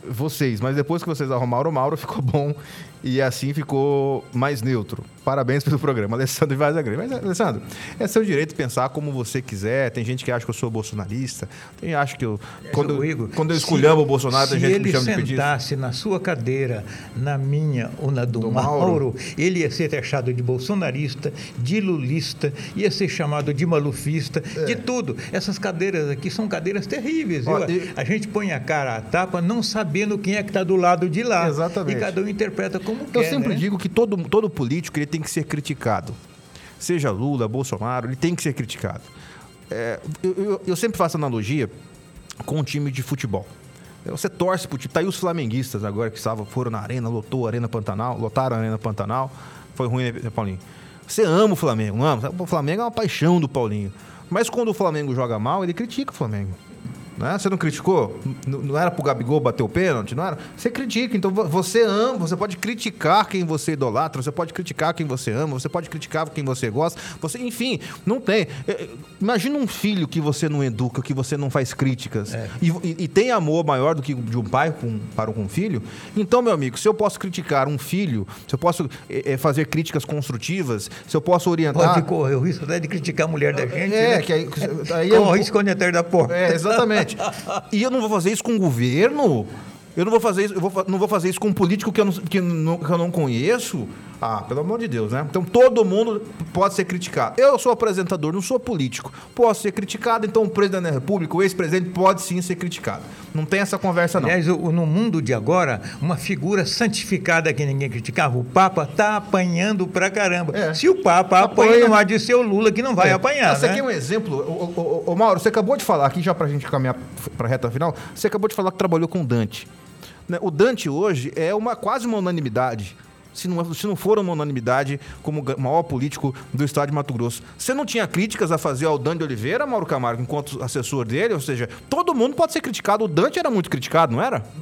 vocês, mas depois que vocês arrumaram o Mauro, ficou bom e assim ficou mais neutro. Parabéns pelo programa, Alessandro Vaz da Grande. Mas, Alessandro, é seu direito pensar como você quiser. Tem gente que acha que eu sou bolsonarista, tem gente que acha que eu... Quando, Igor, quando eu esculhamo o Bolsonaro, tem gente que me chama de Se ele pedista. sentasse na sua cadeira, na minha ou na do, Do Mauro, Mauro, ele ia ser taxado de bolsonarista, de lulista, ia ser chamado de malufista, É. de tudo. Essas cadeiras aqui são cadeiras terríveis. Ó, viu? e- A gente põe a cara à tapa não sabendo quem é que está do lado de lá. Exatamente. E cada um interpreta como Eu quer, sempre né? digo que todo, todo político ele tem que ser criticado. Seja Lula, Bolsonaro, ele tem que ser criticado. É, eu, eu, eu sempre faço analogia com um time de futebol. Você torce pro time. Tá aí os flamenguistas agora que estavam, foram na arena, lotou a Arena Pantanal, lotaram a Arena Pantanal. Foi ruim, né, Paulinho? Você ama o Flamengo, não ama? O Flamengo é uma paixão do Paulinho. Mas quando o Flamengo joga mal, ele critica o Flamengo. Né? Você não criticou? N- Não era pro Gabigol bater o pênalti? Não era? Você critica. Então vo- você ama, você pode criticar quem você idolatra, você pode criticar quem você ama, você pode criticar quem você gosta. Você, enfim, não tem. É, é, Imagina um filho que você não educa, que você não faz críticas. É. E, e- e tem amor maior do que de um pai com, para um filho. Então, meu amigo, se eu posso criticar um filho, se eu posso é, é, fazer críticas construtivas, se eu posso orientar. Pode correr o risco até de criticar a mulher da gente. É, né? que aí, aí Corre é- o risco atrás da porta. É, exatamente. E eu não vou fazer isso com o governo? Eu não vou fazer isso, eu vou, fa- não vou fazer isso com um político que eu, não, que, não, que eu não conheço? Ah, pelo amor de Deus, né? Então todo mundo pode ser criticado. Eu sou apresentador, não sou político. Posso ser criticado, então o presidente da República, o ex-presidente, pode sim ser criticado. Não tem essa conversa, não. Aliás, o- no mundo de agora, uma figura santificada que ninguém criticava, o Papa tá apanhando pra caramba. Se o Papa apanha, Apanha. não há de ser o Lula que não vai É. apanhar, Esse né? aqui é um exemplo. Ô, ô, ô, ô, Mauro, você acabou de falar aqui, já pra gente caminhar pra reta final, você acabou de falar que trabalhou com o Dante. Né? O Dante hoje é uma, quase uma unanimidade. Se não, se não for uma unanimidade, como o maior político do estado de Mato Grosso. Você não tinha críticas a fazer ao Dante Oliveira, Mauro Camargo, enquanto assessor dele? Ou seja, todo mundo pode ser criticado. O Dante era muito criticado, não era?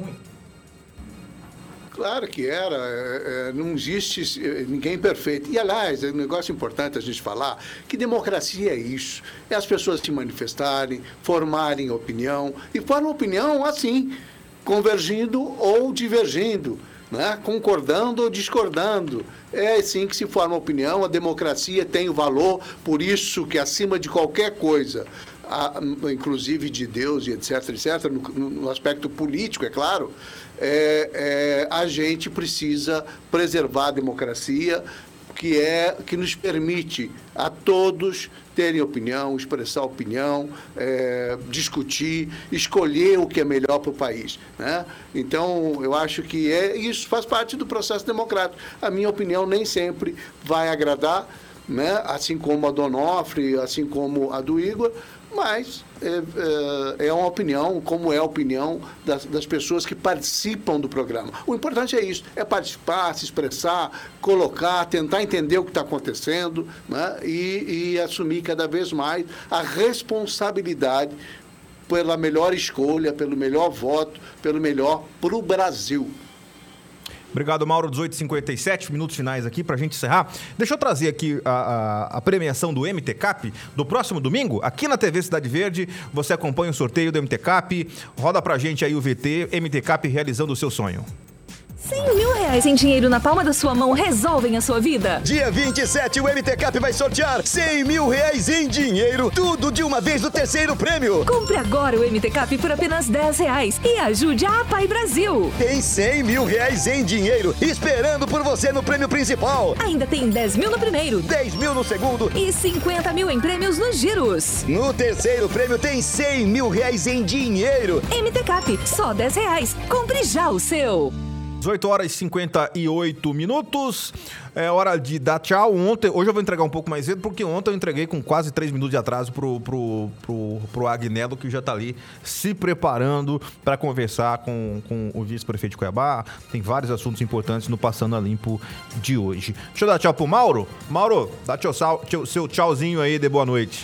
Claro que era. É, é, não existe é, ninguém perfeito. E, aliás, é um negócio importante a gente falar que democracia é isso. É as pessoas se manifestarem, formarem opinião. E formam opinião assim, convergindo ou divergindo, né? Concordando ou discordando. É assim que se forma opinião. A democracia tem o valor, por isso que, acima de qualquer coisa, a, inclusive de Deus e etc, etc, no, no aspecto político, é claro, é, é, a gente precisa preservar a democracia, que, é, que nos permite a todos terem opinião, expressar opinião, é, discutir, escolher o que é melhor para o país, né? Então, eu acho que é, isso faz parte do processo democrático. A minha opinião nem sempre vai agradar, né? Assim como a do Onofre, assim como a do Igor, mas é, é, é uma opinião, como é a opinião das, das pessoas que participam do programa. O importante é isso, é participar, se expressar, colocar, tentar entender o que está acontecendo, né? e, e assumir cada vez mais a responsabilidade pela melhor escolha, pelo melhor voto, pelo melhor para o Brasil. Obrigado, Mauro. dezoito e cinquenta e sete, minutos finais aqui pra gente encerrar. Deixa eu trazer aqui a, a, a premiação do M T Cap do próximo domingo, aqui na T V Cidade Verde. Você acompanha o sorteio do M T Cap. Roda pra gente aí o V T, M T Cap realizando o seu sonho. cem mil reais em dinheiro na palma da sua mão resolvem a sua vida? Dia vinte e sete, o M T Cap vai sortear cem mil reais em dinheiro, tudo de uma vez no terceiro prêmio. Compre agora o M T Cap por apenas dez reais e ajude a APAI Brasil. Tem cem mil reais em dinheiro esperando por você no prêmio principal. Ainda tem dez mil no primeiro, dez mil no segundo e cinquenta mil em prêmios nos giros. No terceiro prêmio tem cem mil reais em dinheiro. M T Cap, só dez reais. Compre já o seu. dezoito horas e cinquenta e oito minutos. É hora de dar tchau. Ontem, hoje eu vou entregar um pouco mais cedo, porque ontem eu entreguei com quase três minutos de atraso pro, pro, pro, pro Agnello, que já tá ali se preparando para conversar com, com o vice-prefeito de Cuiabá. Tem vários assuntos importantes no Passando a Limpo de hoje. Deixa eu dar tchau pro Mauro. Mauro, dá tchau, tchau, seu tchauzinho aí de boa noite.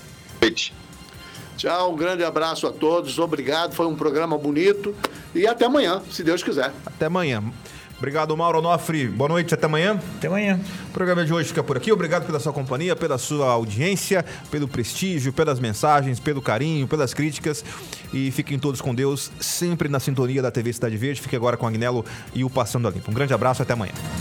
Tchau, um grande abraço a todos, obrigado, foi um programa bonito e até amanhã, se Deus quiser. Até amanhã. Obrigado, Mauro Onofre. Boa noite, até amanhã. Até amanhã. O programa de hoje fica por aqui. Obrigado pela sua companhia, pela sua audiência, pelo prestígio, pelas mensagens, pelo carinho, pelas críticas. E fiquem todos com Deus, sempre na sintonia da T V Cidade Verde. Fique agora com o Agnello e o Passando a Limpo. Um grande abraço, até amanhã.